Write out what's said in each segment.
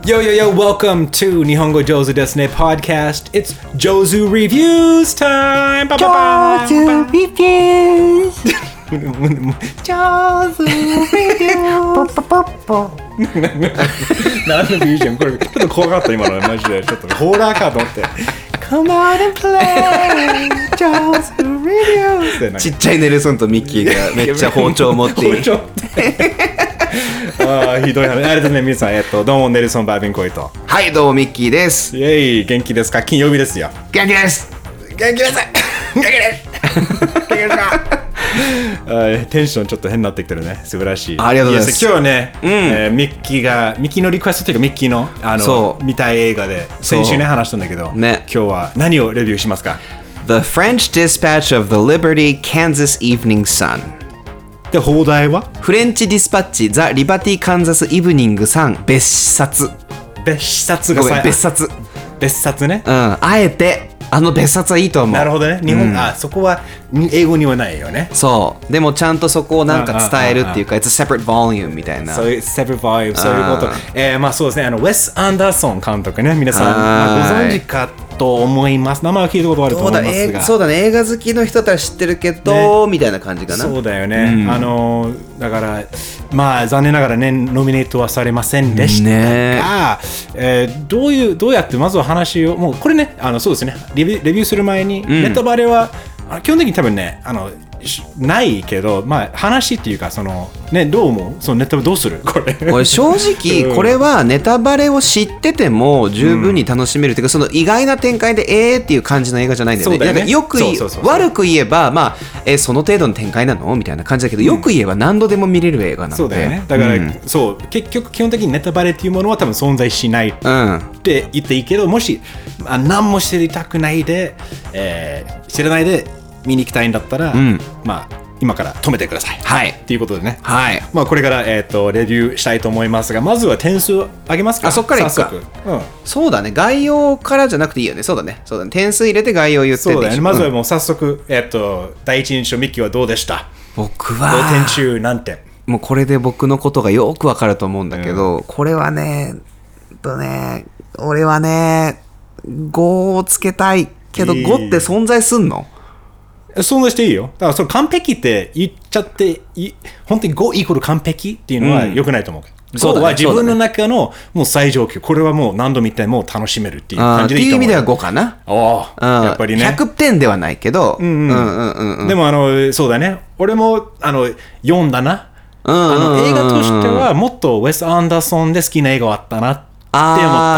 Yo, yo, yo, welcome to 日本語上手ですね podcast. It's Jozu Reviews time! Jozu Reviews! Jozu Reviews! 何の BGM? これちょっと怖かった今のマジでちょっとホラーかと思って Come out and play! Jozu Reviews! ちっちゃいネルソンとミッキーがめっちゃ包丁を持っている包丁持ってああひどい話ありがとうございます皆さんどうもネルソンバービンコイトはいどうもミッキーですイエイ元気ですか金曜日ですよ元気です元気です元気ですテンションちょっと変になってきてるね素晴らしいありがとうございます今日はね、ミッキーのリクエストというかミッキーの見たい映画で先週ね話したんだけど、 ね、 今日は何をレビューしますか The French Dispatch of the Liberty Kansas Evening Sun で放題はフレンチディスパッチザ・リバティ・カンザス・イブニングさん別冊別冊が別冊ねあえて別冊はいいと思うなるほどね日本、そこは英語にはないよねそうでもちゃんとそこをなんか伝えるっていうか It's a separate volume みたいなそういう separate volume そういうことまあそうですねウェス・アンダーソン監督ね皆さん、ご存知かと思います名前は聞いたことあると思いますがそうだね映画好きの人だったら知ってるけど、みたいな感じかなそうだよね、だからまあ残念ながらねノミネートはされませんでしたが、どうやってまずは話をもうこれねそうですねレビューする前に、ネタバレは基本的に多分ねないけどまあ話っていうかねどう思うそのネタバレどうするこれ正直これはネタバレを知ってても十分に楽しめるっていうかその意外な展開でっていう感じの映画じゃないんだよね。 そうだよねなんかよく悪く言えばまあその程度の展開なのみたいな感じだけどよく言えば何度でも見れる映画なのでそうだよねだから、そう結局基本的にネタバレっていうものは多分存在しないって言っていいけどもし何も知りたくないで、知らないで見に行きたいんだったら、まあ今から止めてください。 はい。 っていうことでね。 はい。 まあこれからレビューしたいと思いますが、まずは点数上げますか。 そっからいくか。そうだね。概要からじゃなくていいよね。そうだね。点数入れて概要言ってそうだね。まずはもう早速第一印象ミッキーはどうでした？ 僕は 5点中何点？ もうこれで僕のことがよくわかると思うんだけど、これはね俺はね5をつけたいけど5って存在すんの？ 存在していいよ。だからその完璧って言っちゃって本当に5イコール完璧っていうのは良くないと思う。5は自分の中のもう最上級。これはもう何度見ても楽しめるっていう感じでいいと思う。 っていう意味では5かな。 やっぱりね。 100点ではないけど。でもそうだね。俺も4だな。映画としてはもっとウェス・アンダーソンで好きな映画あったなって思った。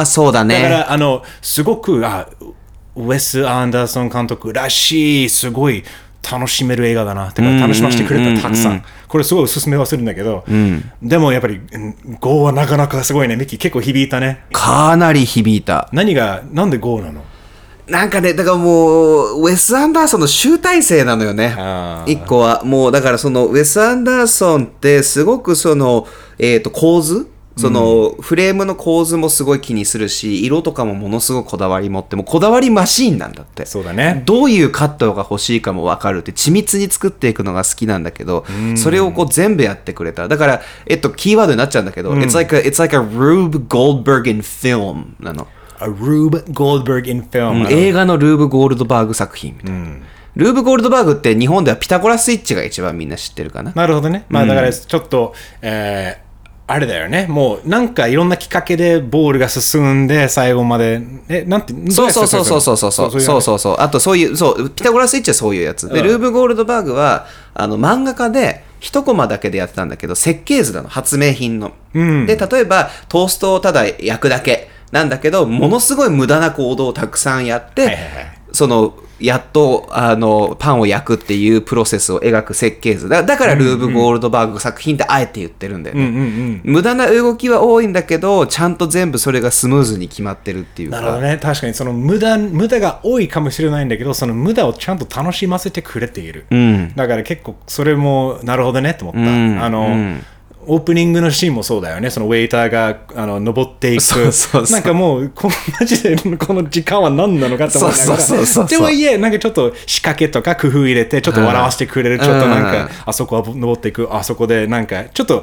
そうだね。 だからすごくウェス・アンダーソン監督らしいすごい楽しめる映画だなってか楽しませてくれたたくさんこれすごいおすすめはするんだけど、でもやっぱり5はなかなかすごいねミッキー結構響いたねかなり響いたなんで5なのなんかねだからもうウェス・アンダーソンの集大成なのよね一個はもうだからそのウェス・アンダーソンってすごく構図フレームの構図もすごい気にするし色とかもものすごくこだわり持ってもこだわりマシーンなんだってそうだねどういうカットが欲しいかも分かるって緻密に作っていくのが好きなんだけどそれを全部やってくれただからキーワードになっちゃうんだけど、It's like a Rube Goldberg in film なの A Rube Goldberg in film、 映画のルーブ・ゴールドバーグ作品みたいな、ルーブ・ゴールドバーグって日本ではピタゴラスイッチが一番みんな知ってるかななるほどねまあだからちょっと、あれだよねもうなんかいろんなきっかけでボールが進んで最後までなんてそうあとピタゴラスイッチはそういうやつで、ルーブ・ゴールドバーグは漫画家で一コマだけでやってたんだけど設計図なの発明品の、で例えばトーストをただ焼くだけなんだけどものすごい無駄な行動をたくさんやって、やっとパンを焼くっていうプロセスを描く設計図だからルーブ・ゴールドバーグ作品ってあえて言ってるんだよね、無駄な動きは多いんだけどちゃんと全部それがスムーズに決まってるっていうかなるほどね確かにその無駄が多いかもしれないんだけどその無駄をちゃんと楽しませてくれている、だから結構それもなるほどねと思った、オープニングのシーンもそうだよねそのウェイターが登っていくなんかもうマジでこの時間は何なのかって思いながらでもいえなんかちょっと仕掛けとか工夫入れてちょっと笑わせてくれるちょっとなんかあそこは登っていくあそこでなんかちょっと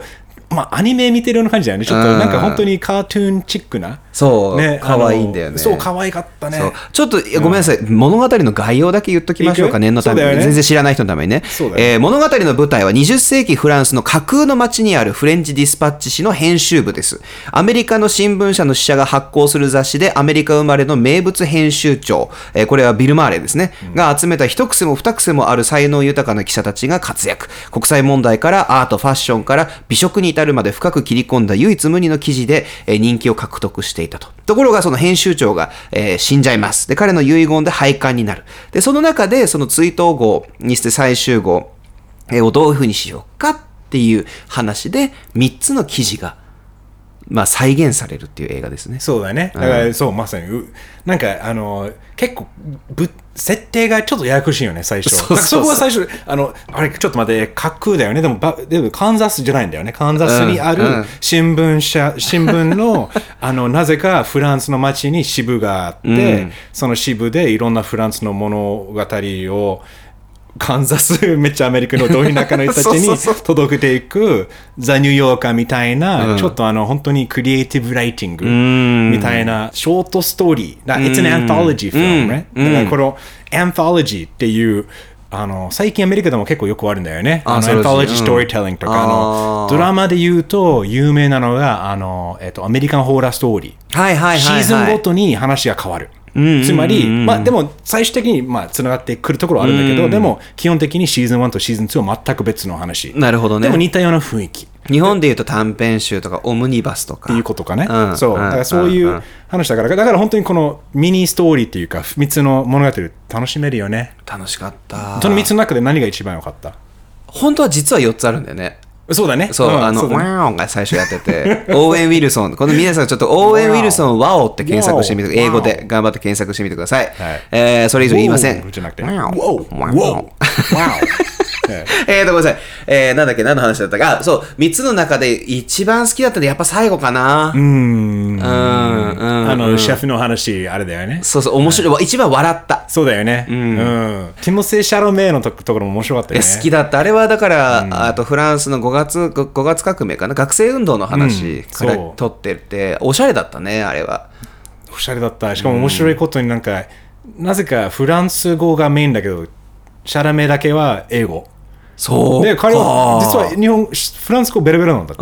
まあアニメ見てるような感じだよね。ちょっとなんか本当にカートゥーンチックな。 そう、 ね、 可愛いんだよね。 そう、可愛かったね。 ちょっとごめんなさい、物語の概要だけ言っときましょうか、念のために、全然知らない人のためにね。物語の舞台は20世紀フランスの架空の街にあるフレンチディスパッチ紙の編集部です。アメリカの新聞社の支社が発行する雑誌で、アメリカ生まれの名物編集長、これはビル・マーレですね、が集めた一癖も二癖もある才能豊かな記者たちが活躍。国際問題からアート、ファッションから美食に至るまで深く切り込んだ唯一無二の記事で人気を獲得していたと。ところがその編集長が、死んじゃいます。で、彼の遺言で廃刊になる。で、その中でその追悼号にして最終号、をどういう風にしようかっていう話で3つの記事がまあ再現されるっていう映画ですね。 そうだね。だからそう、まさになんか結構設定がちょっとややこしいよね最初。そこは最初あれちょっと待って架空だよね。でもカンザスじゃないんだよね。カンザスにある新聞のなぜかフランスの街に支部があって、その支部でいろんなフランスの物語をカンザスめっちゃアメリカのど田舎の人たちに届けていくザ・ニューヨーカーみたいな、ちょっと本当にクリエイティブライティングみたいなショートストーリー。It's an anthology film ね。だからこの anthology っていう最近アメリカでも結構よくあるんだよね。anthology storytelling とかドラマで言うと有名なのがアメリカンホーラーストーリー。シーズンごとに話が変わる。つまり、まあ、でも最終的につながってくるところはあるんだけど、でも基本的にシーズン1とシーズン2は全く別の話。 なるほどね。 でも似たような雰囲気。 日本でいうと短編集とかオムニバスとかっていうことかね。そうだからそういう話だから本当にこのミニストーリーっていうか3つの物語楽しめるよね。 楽しかった。 その3つの中で何が一番良かった？ 本当は実は4つあるんだよね。 そうだね。 そう、ワーオが最初やってて、オーウェン・ウィルソン、この皆さんちょっとオーウェン・ウィルソンワオって検索してみて、英語で頑張って検索してみてください。それ以上言いません。 じゃなくて、 ごめんなさい。なんだっけ、何の話だったか。そう、3つの中で一番好きだったのはやっぱ最後かな。 シェフの話、あれだよね。 そうそう、面白い。一番笑った。 そうだよね。ティモセー・シャロメイのところも面白かったよね。 好きだった。あれはだから、あとフランスの5月革命かな、学生運動の話から撮ってて、おしゃれだったね、あれは。 おしゃれだった。しかも面白いことになぜかフランス語がメインだけど、シャラメだけは英語。 そうで彼は実はフランス語ベラベラなんだって。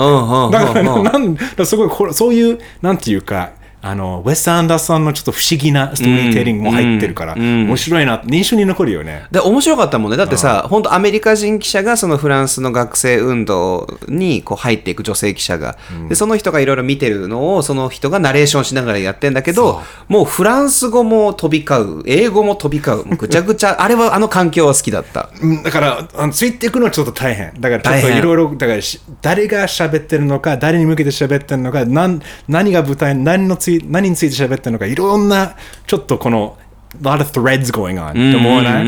だからすごいそういうなんていうかウェス・アンダーソンのちょっと不思議なストーリーテリングも入ってるから、面白いなって印象に残るよね。 で面白かったもんね。だってさ、本当アメリカ人記者がそのフランスの学生運動にこう入っていく女性記者が、でその人がいろいろ見てるのをその人がナレーションしながらやってんだけど、もうフランス語も飛び交う、英語も飛び交う、ぐちゃぐちゃあれは環境は好きだった。 だからついていくのはちょっと大変。だからちょっといろいろだから誰が喋ってるのか、誰に向けて喋ってるのか、何が舞台何について喋ってるのか、いろんなちょっとこのlot of threads going on って思わない？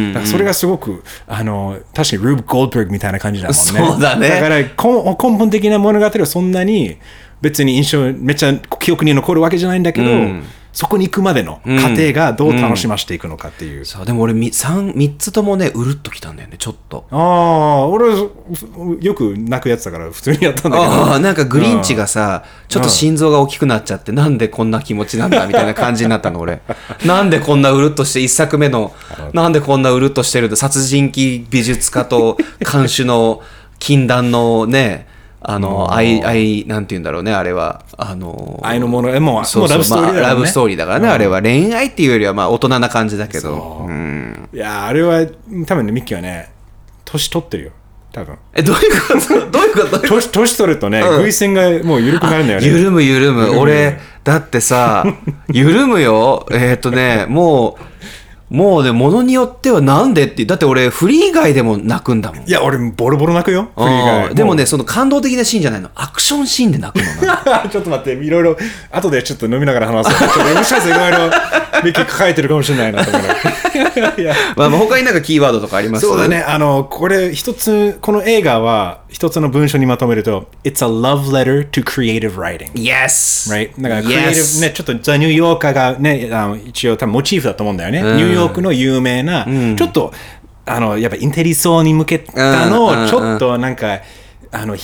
だからそれがすごく確かにルーブ・ゴールドベルグみたいな感じだもんね。 そうだね。 だから根本的な物語はそんなに別にめっちゃ記憶に残るわけじゃないんだけど、そこに行くまでの過程がどう楽しませていくのかっていう。 そうでも俺3つともねうるっときたんだよねちょっと。 俺よく泣くやつだから普通にやったんだけど。 なんかグリンチがさちょっと心臓が大きくなっちゃってなんでこんな気持ちなんだみたいな感じになったの俺。なんでこんなうるっとして1作目のなんでこんなうるっとしてるんだ、殺人鬼美術家と看守の禁断のね。愛なんて言うんだろうねあれは愛のものもうラブストーリーだからね。 ラブストーリーだからね、あれは恋愛っていうよりは大人な感じだけど。 いやあれは多分ねミッキーはね年取ってるよ多分。 どういうこと年取るとね涙腺がもう緩くなるんだよね。 緩む俺だってさ緩むよ。もうね、ものによってはなんでって、だって俺フリー以外でも泣くんだもん。 いや俺ボロボロ泣くよフリー以外。 でもねその感動的なシーンじゃないの、アクションシーンで泣くのな。 ちょっと待って、いろいろ後でちょっと飲みながら話そう。ちょっともしかしていろいろミッキー抱えてるかもしれないなと思う。 他になんかキーワードとかあります？ そうだね、これこの映画は一つの文章にまとめると It's a love letter to creative writing. Yes! Right? だからクリエイティブね、ちょっとザ・ニューヨーカーがね一応多分モチーフだと思うんだよね。ニューヨークの有名な、ちょっとやっぱインテリ層に向けたのをちょっとなんか皮肉っ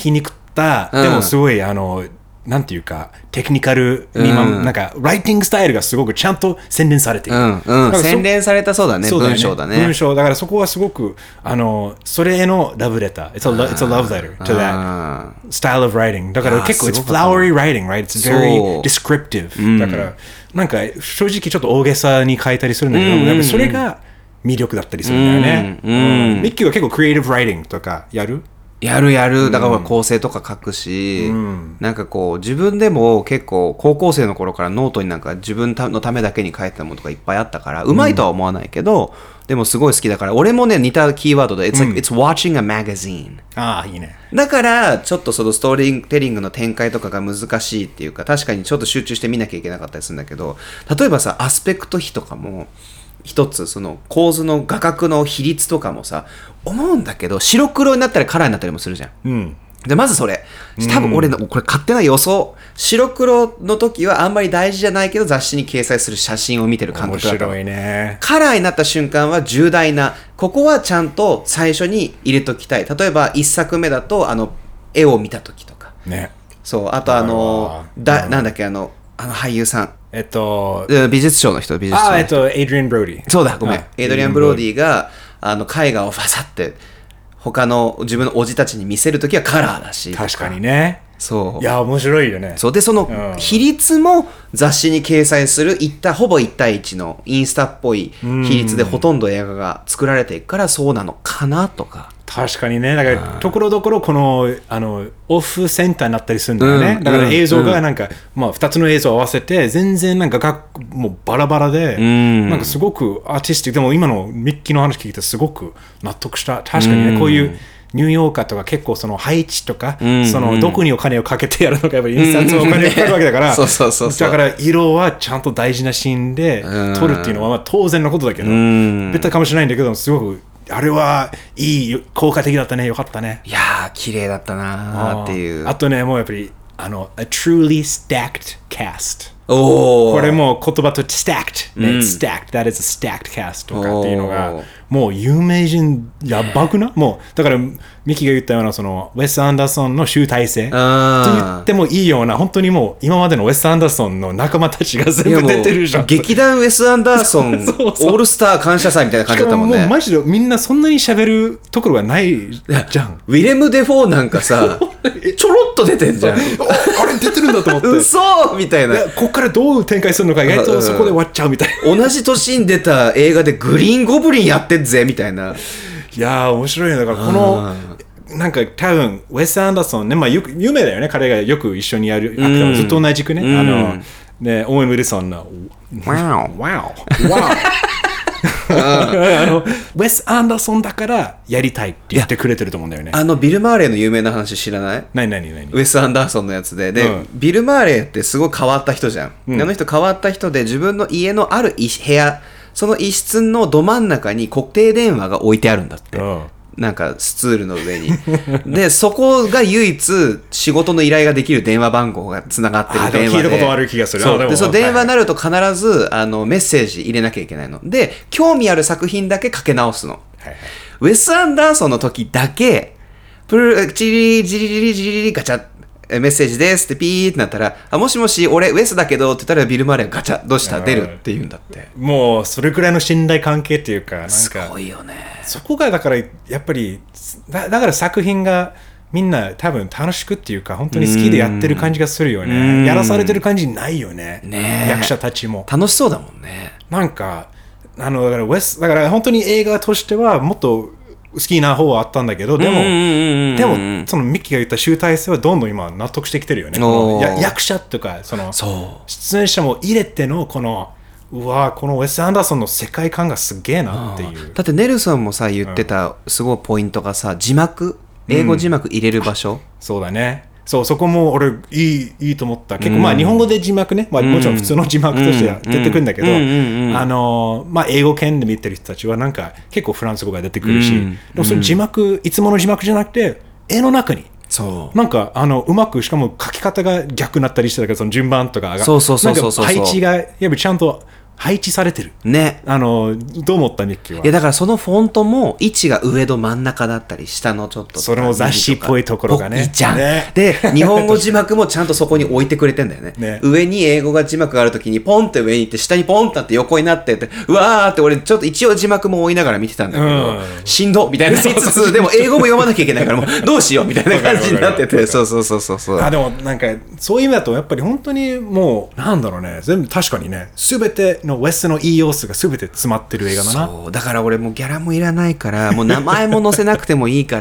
た、でもすごいなんていうかテクニカルに、なんかライティングスタイルがすごくちゃんと洗練されている、 洗練されたそうだね、文章だね。 文章だからそこはすごくそれへのラブレター。It's a love letter to that style of writing。だから結構 it's flowery writing, right? It's very descriptive。だからなんか正直ちょっと大げさに書いたりするんだけど、やっぱりそれが魅力だったりするんだよね。ミッキーは結構クリエイティブライティングとかやる？ やる。だから構成とか書くし、なんかこう自分でも結構高校生の頃からノートになんか自分のためだけに書いてたものとかいっぱいあったから、うまいとは思わないけど、でもすごい好きだから、俺もね似たキーワードで it's watching a magazine。 ああいいね。 だからちょっとそのストーリーテリングの展開とかが難しいっていうか、確かにちょっと集中して見なきゃいけなかったりするんだけど、例えばさアスペクト比とかも一つその構図の画角の比率とかもさ思うんだけど、白黒になったりカラーになったりもするじゃん。でまずそれ多分俺のこれ勝手な予想、白黒の時はあんまり大事じゃないけど雑誌に掲載する写真を見てる感覚だった。 面白いね。 カラーになった瞬間は重大な、ここはちゃんと最初に入れときたい。例えば一作目だと絵を見た時とかね。 そう、あとなんだっけ俳優さん、美術賞の人、エイドリアン・ブロディ。 そうだ、ごめん。エイドリアン・ブロディが絵画をファサって他の自分のおじたちに見せるときはカラーだし。 確かにね。 そう。 いや面白いよね。 そうでその比率も雑誌に掲載するほぼ1対1のインスタっぽい比率でほとんど映画が作られていくからそうなのかなとか。 確かにね。だからところどころこのオフセンターになったりするんだよね。だから映像がなんか、2つの映像を合わせて全然なんかもうバラバラで、なんかすごくアーティスティックでも今のミッキーの話聞いてすごく納得した。確かにね、こういうニューヨーカーとか結構その配置とか、そのどこにお金をかけてやるのか、やっぱりインスタントのお金をかかるわけだからだから色はちゃんと大事なシーンで撮るっていうのは当然のことだけど、ベタかもしれないんだけど、すごくあれはいい効果的だったね。よかったね。 いやー綺麗だったなーっていう。 あとね、もうやっぱりa truly stacked cast。 これも言葉と stacked、stacked、that is a stacked cast とかっていうのがもう有名人やばくな。もうだからミキが言ったようなそのウェス・アンダーソンの集大成と言ってもいいような、本当にもう今までのウェス・アンダーソンの仲間たちが全部出てるじゃん。 劇団ウェス・アンダーソンオールスター感謝祭みたいな感じだったもんね。 もうマジでみんなそんなに喋るところがないじゃん。 ウィレム・デフォーなんかさちょろっと出てんじゃん。あれ出てるんだと思って嘘みたいな。 こっからどう展開するのか意外とそこで終わっちゃうみたいな。同じ年に出た映画でグリーン・ゴブリンやってんぜみたいな。 いやー面白いね。だからこのなんか多分ウェス・アンダーソンね、よく有名だよね。彼がよく一緒にやるアクター、ずっと同じくね、ね、オーウェン・ウィルソンのワオウェス・アンダーソンだからやりたいって言ってくれてると思うんだよね。 ビル・マーレーの有名な話知らない？ 何ウェス・アンダーソンのやつで、ビル・マーレーってすごい変わった人じゃん。あの人変わった人で、自分の家のある部屋、その一室のど真ん中に固定電話が置いてあるんだって。なんかスツールの上にでそこが唯一仕事の依頼ができる電話番号がつながってる電話で、 聞いたことある気がする。 でその電話になると必ずメッセージ入れなきゃいけないので、興味ある作品だけかけ直すの、ウェス・アンダーソンの時だけチリジリジリジリジリガチャメッセージですってピーってなったら、もしもし俺ウェスだけどって言ったらビル・マーレーがガチャどうした出るって言うんだって。 もうそれくらいの信頼関係っていうか、なんかすごいよね。 そこがだからやっぱりだから作品がみんな多分楽しくっていうか本当に好きでやってる感じがするよね。やらされてる感じないよね。役者たちも楽しそうだもんね。 なんかだから本当に映画としてはもっと好きな方はあったんだけど、でもそのミッキーが言った集大成はどんどん今納得してきてるよね。役者とかその出演者も入れてのこのこのウェス・アンダーソンの世界観がすげえなっていう。 だってネルソンもさ言ってたすごいポイントがさ、字幕、英語字幕入れる場所、 そうだね。そこも俺いいと思った。結構日本語で字幕ね、もちろん普通の字幕として出てくるんだけど、英語圏で見てる人たちはなんか結構フランス語が出てくるし、でもその字幕、いつもの字幕じゃなくて絵の中になんかうまく、しかも書き方が逆になったりしてたけど、その順番とかがなんか配置がやっぱりちゃんと配置されてる。 ね。 どう思ったミッキーは。 いや、だからそのフォントも位置が上と真ん中だったり、下のちょっと。 それも雑誌っぽいところがね。 いいじゃん。で、日本語字幕もちゃんとそこに置いてくれてんだよね。上に英語が字幕があるときに、ポンって上に行って、下にポンってなって横になってって、うわーって俺ちょっと一応字幕も追いながら見てたんだけど、しんどみたいな言いつつ、でも英語も読まなきゃいけないから、もうどうしようみたいな感じになってて、そう。 でもなんか、そういう意味だと、やっぱり本当にもう、なんだろうね、全部確かにね、すべてのウェスのいい要素がすべて詰まってる映画だな。 そう。だから俺もうギャラもいらないから、もう名前も載せなくてもいいから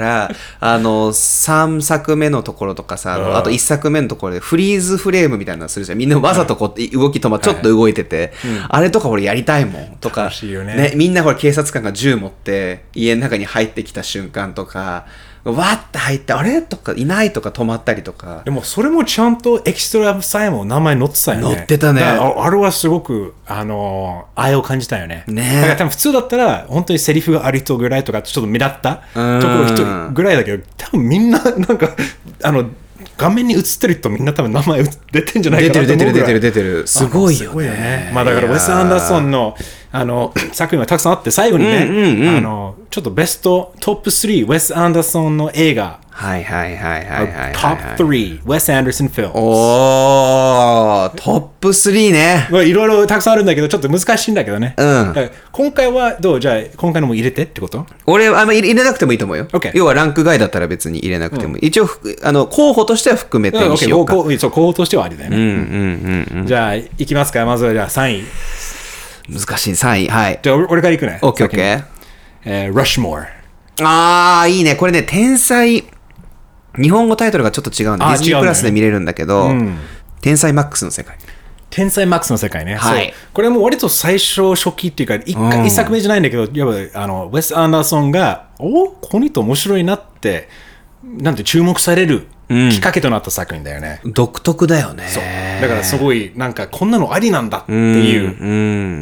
、3作目のところとかさ、あと1作目のところでフリーズフレームみたいなのするじゃん。みんなわざとこう動き止まってちょっと動いてて、あれとか俺やりたいもん。とか、ね、みんなほら警察官が銃持って家の中に入ってきた瞬間とか、わーって入って、あれとかいないとか止まったりとか。 でもそれもちゃんとエキストラさえも名前載ってたよね。 載ってたね。 あれはすごく、愛を感じたよね。 ね。 だから多分普通だったら、本当にセリフがある人ぐらいとか、ちょっと目立ったところ一人ぐらいだけど、多分みんな、なんか、画面に映ってる人みんな多分名前出てんじゃないかなと思うぐらい。 出てる。すごいよね。 まあだからウェス・アンダーソンの作品がたくさんあって最後にね、ちょっとベストトップ3ウェス・アンダーソンの映画。 はい。 トップ3ウェス・アンダーソンフィルム。 おー、トップ3ね。 いろいろたくさんあるんだけどちょっと難しいんだけどね。今回はどう？じゃあ今回のも入れてってこと？ 俺入れなくてもいいと思うよ。要はランク外だったら別に入れなくてもいい。一応候補としては含めてにしようか。 そう候補としてはありだよね。じゃあいきますか。まずはじゃあ3位。 難しい。3位。はい。 じゃあ俺からいくね。 オッケー。 ラッシュモア。 あー、いいね。これね、天才。日本語タイトルがちょっと違うんで、ディズニープラスで見れるんだけど、天才マックスの世界。 天才マックスの世界ね。 はい。 これも割と最初初期っていうか、一作目じゃないんだけど、やっぱウェス・アンダーソンが、この人面白いなって、なんて注目されるきっかけとなった作品だよね。 独特だよね。 そう。だからすごい、なんかこんなのありなんだっていう。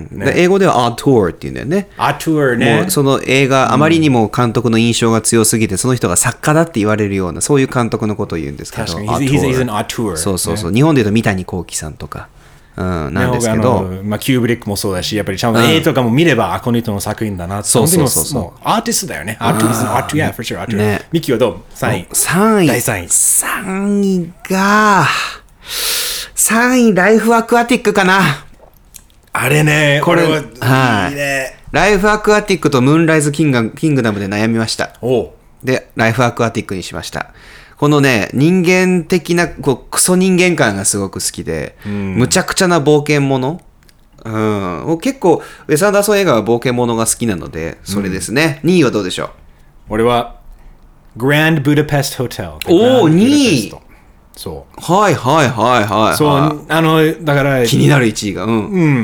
英語では auteur っていうんだよね。 auteur ね。 もうその映画、あまりにも監督の印象が強すぎて、その人が作家だって言われるような、そういう監督のことを言うんですけど。 確かに。He's an auteur。 そう。日本で言うと三谷幸喜さんとか。なんですけど、 キューブリックもそうだし、やっぱりちゃんと絵とかも見れば、この人の作品だなって。 そう。 アーティストだよね。アーティスト、yeah, for sure, ね。ミキはどう？ 3位。第3位。 3位が、3位、ライフアクアティックかな。 あれね、これは、いいね。 ライフアクアティックとムーンライズキングダムで悩みました。で、ライフアクアティックにしました。このね、人間的な、クソ人間感がすごく好きで、むちゃくちゃな冒険者。結構、ウェス・アンダーソン映画は冒険者が好きなので、それですね。2位はどうでしょう？ 俺は、グランド・ブダペスト・ホテル。 2位。 そう。 はい。 そう、だから、 気になる1位が。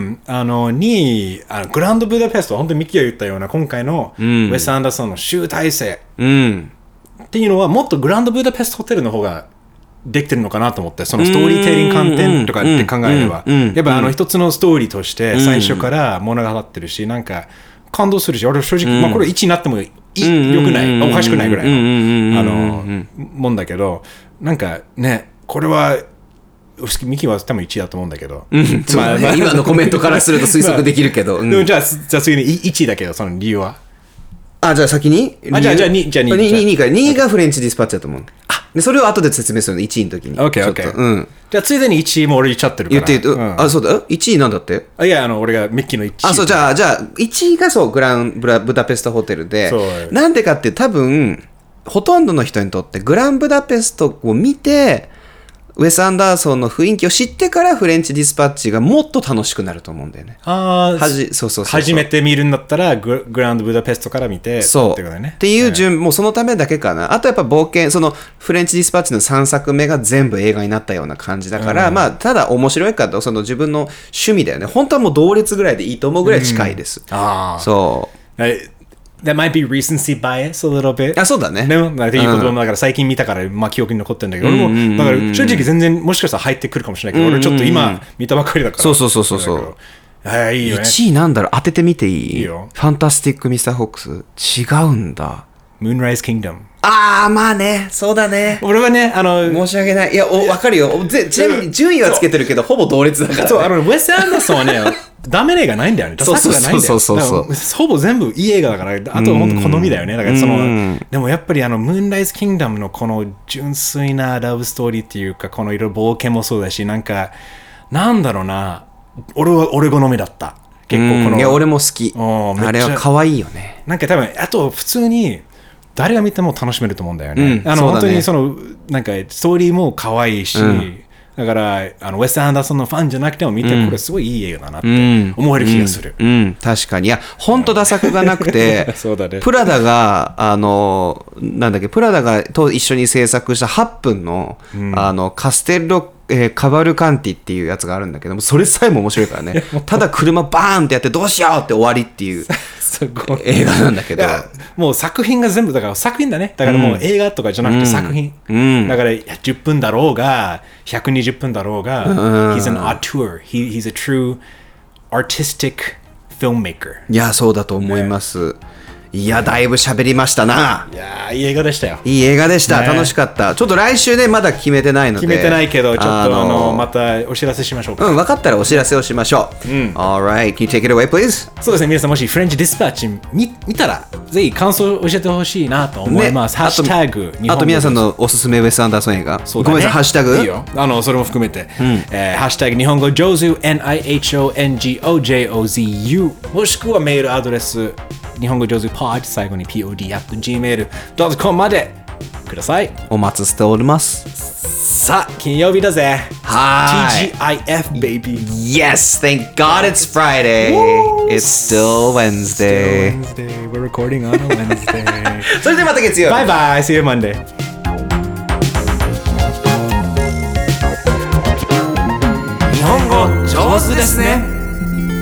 2位、グランド・ブダペスト、本当にミキが言ったような、今回のウェス・アンダーソンの集大成。っていうのはもっとグランドブダペストホテルの方ができてるのかなと思って、そのストーリーテリング観点とかって考えれば、やっぱ一つのストーリーとして最初から物語ってるし、なんか感動するし、俺正直、これ1になってもよくない、おかしくないぐらいのもんだけど、なんかね、これはミキは多分1位だと思うんだけど、 今のコメントからすると推測できるけど、 でもじゃあ次に1位だけど、その理由は？ じゃあ先にじゃあ2 位から。2位がフレンチディスパッチだと思う。で、それを後で説明するの、1位の時に。 OK。じゃあついでに1位も俺言っちゃってるから。 言って、そうだ、1位なんだって？ いや、俺がミッキーの1位。 そう、じゃあ、1位がそう、グランブダペストホテルで、なんでかって多分、ほとんどの人にとって、グランブダペストを見て、ウェス・アンダーソンの雰囲気を知ってからフレンチディスパッチがもっと楽しくなると思うんだよね。 初めて見るんだったらグランドブダペストから見てってことだね。っていうもうそのためだけかな。あとやっぱ冒険、そのフレンチディスパッチの3作目が全部映画になったような感じだから、ただ面白いかと、その自分の趣味だよね。本当はもう同列ぐらいでいいと思うぐらい近いです。そう。 That might be recency bias a little bit. そうだね。 っていうこともだから最近見たから記憶に残ってるんだけど、俺もだから正直全然もしかしたら入ってくるかもしれないけど、俺ちょっと今見たばっかりだから。 そう。 いいよね。 1位なんだろう、当ててみていい？ いいよ。 ファンタスティック・ミスター・ホックス。違うんだ。 ムーンライズ・キングダム。 まあね、そうだね。 俺はね、 申し訳ない。いや、わかるよ。ちなみに順位はつけてるけど、ほぼ同列だから、ね。 そう、ウェス・アンダーソンはね、 ダメな映画ないんだよね。ダサくがないんだよ。ほぼ全部いい映画だから、あとは本当好みだよね。だからでもやっぱりムーンライズ・キングダムのこの純粋なラブストーリーっていうか、このいろいろ冒険もそうだし、なんか、なんだろうな、俺好みだった。結構いや、俺も好き。あれは可愛いよね。 なんか多分、あと普通に、誰が見ても楽しめると思うんだよね。本当になんかストーリーも可愛いし、だからウェス・アンダーソンのファンじゃなくても見て、これすごいいい映画だなって思える気がする。 確かに。いや、本当ダサくがなくて、 そうだね、 プラダが、なんだっけ、プラダがと一緒に制作した8分の、カステッロ、カバルカンティっていうやつがあるんだけども、それさえも面白いからね。ただ車バーンってやってどうしようって終わりっていう映画なんだけど、 もう作品が全部だから作品だね。だからもう映画とかじゃなくて作品、だから10分だろうが120分だろうが、He's an auteur. He's a true artistic filmmaker. いや、そうだと思います。いや、だいぶ喋りましたな。 いや、いい映画でしたよ。 いい映画でした。楽しかった。ちょっと来週ね、まだ決めてないので。 決めてないけど、ちょっとまたお知らせしましょうか。 分かったらお知らせをしましょう。Alright, can you take it away, please? そうですね、皆さんもしフレンチディスパッチ見たら、ぜひ感想を教えてほしいなと思います。ハッシュタグ。 あと皆さんのおすすめウェス・アンダーソン映画。ごめんなさい、ハッシュタグ。 いいよ。それも含めて。ハッシュタグ日本語上手 NIHONGOJOZU もしくはメールアドレス日本語上手 pod 最後に pod@gmail.com までください。 お待ちしております。 さあ、金曜日だぜ。 はい。 TGIF baby. Yes, thank God it's Friday. It's still Wednesday. We're recording on a Wednesday. それではまた月曜日。 バイバイ。See you Monday. 日本語上手ですね。